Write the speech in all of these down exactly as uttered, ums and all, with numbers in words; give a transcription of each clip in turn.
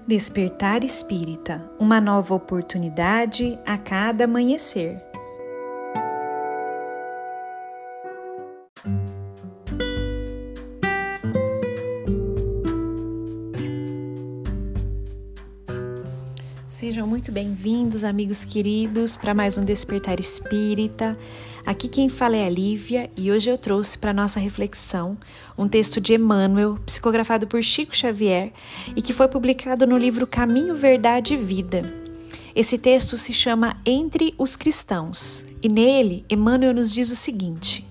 Despertar Espírita, uma nova oportunidade a cada amanhecer. Sejam muito bem-vindos, amigos queridos, para mais um Despertar Espírita. Aqui quem fala é a Lívia e hoje eu trouxe para nossa reflexão um texto de Emmanuel, psicografado por Chico Xavier e que foi publicado no livro Caminho, Verdade e Vida. Esse texto se chama Entre os Cristãos e nele Emmanuel nos diz o seguinte: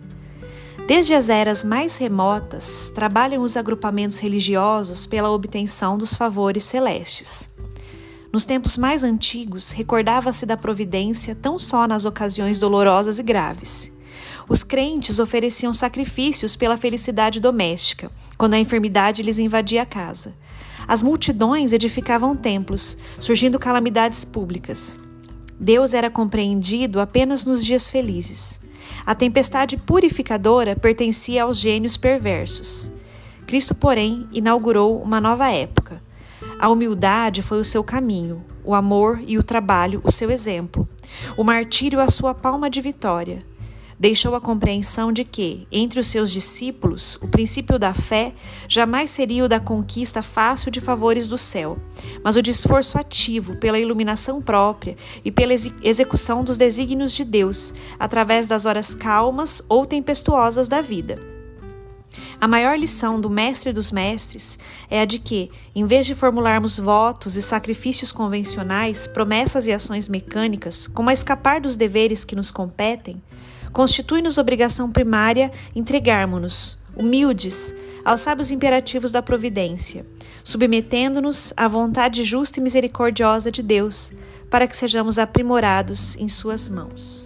desde as eras mais remotas, trabalham os agrupamentos religiosos pela obtenção dos favores celestes. Nos tempos mais antigos, recordava-se da providência tão só nas ocasiões dolorosas e graves. Os crentes ofereciam sacrifícios pela felicidade doméstica, quando a enfermidade lhes invadia a casa. As multidões edificavam templos, surgindo calamidades públicas. Deus era compreendido apenas nos dias felizes. A tempestade purificadora pertencia aos gênios perversos. Cristo, porém, inaugurou uma nova época. A humildade foi o seu caminho, o amor e o trabalho o seu exemplo, o martírio a sua palma de vitória. Deixou a compreensão de que, entre os seus discípulos, o princípio da fé jamais seria o da conquista fácil de favores do céu, mas o de esforço ativo pela iluminação própria e pela ex- execução dos desígnios de Deus, através das horas calmas ou tempestuosas da vida. A maior lição do Mestre dos Mestres é a de que, em vez de formularmos votos e sacrifícios convencionais, promessas e ações mecânicas, como a escapar dos deveres que nos competem, constitui-nos obrigação primária entregarmos-nos, humildes, aos sábios imperativos da providência, submetendo-nos à vontade justa e misericordiosa de Deus, para que sejamos aprimorados em suas mãos.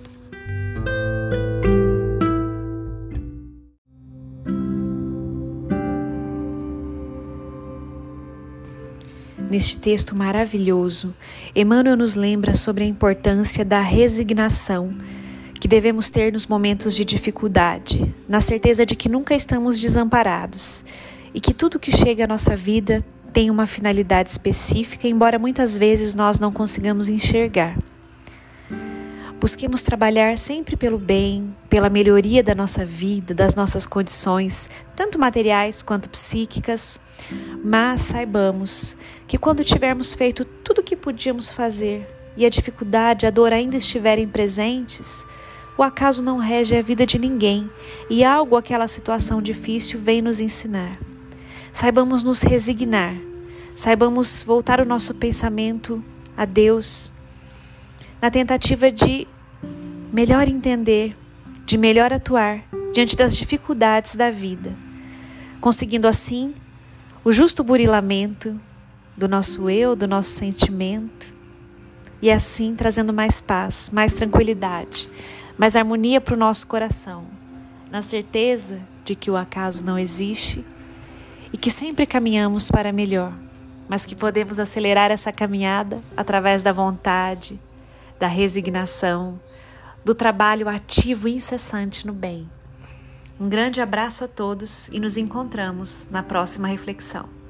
Neste texto maravilhoso, Emmanuel nos lembra sobre a importância da resignação que devemos ter nos momentos de dificuldade, na certeza de que nunca estamos desamparados e que tudo que chega à nossa vida tem uma finalidade específica, embora muitas vezes nós não consigamos enxergar. Busquemos trabalhar sempre pelo bem, pela melhoria da nossa vida, das nossas condições, tanto materiais quanto psíquicas, mas saibamos que quando tivermos feito tudo o que podíamos fazer e a dificuldade, a dor ainda estiverem presentes, o acaso não rege a vida de ninguém e algo aquela situação difícil vem nos ensinar. Saibamos nos resignar, saibamos voltar o nosso pensamento a Deus, na tentativa de melhor entender, de melhor atuar diante das dificuldades da vida, conseguindo assim o justo burilamento do nosso eu, do nosso sentimento, e assim trazendo mais paz, mais tranquilidade, mais harmonia para o nosso coração, na certeza de que o acaso não existe e que sempre caminhamos para melhor, mas que podemos acelerar essa caminhada através da vontade, da resignação, do trabalho ativo e incessante no bem. Um grande abraço a todos e nos encontramos na próxima reflexão.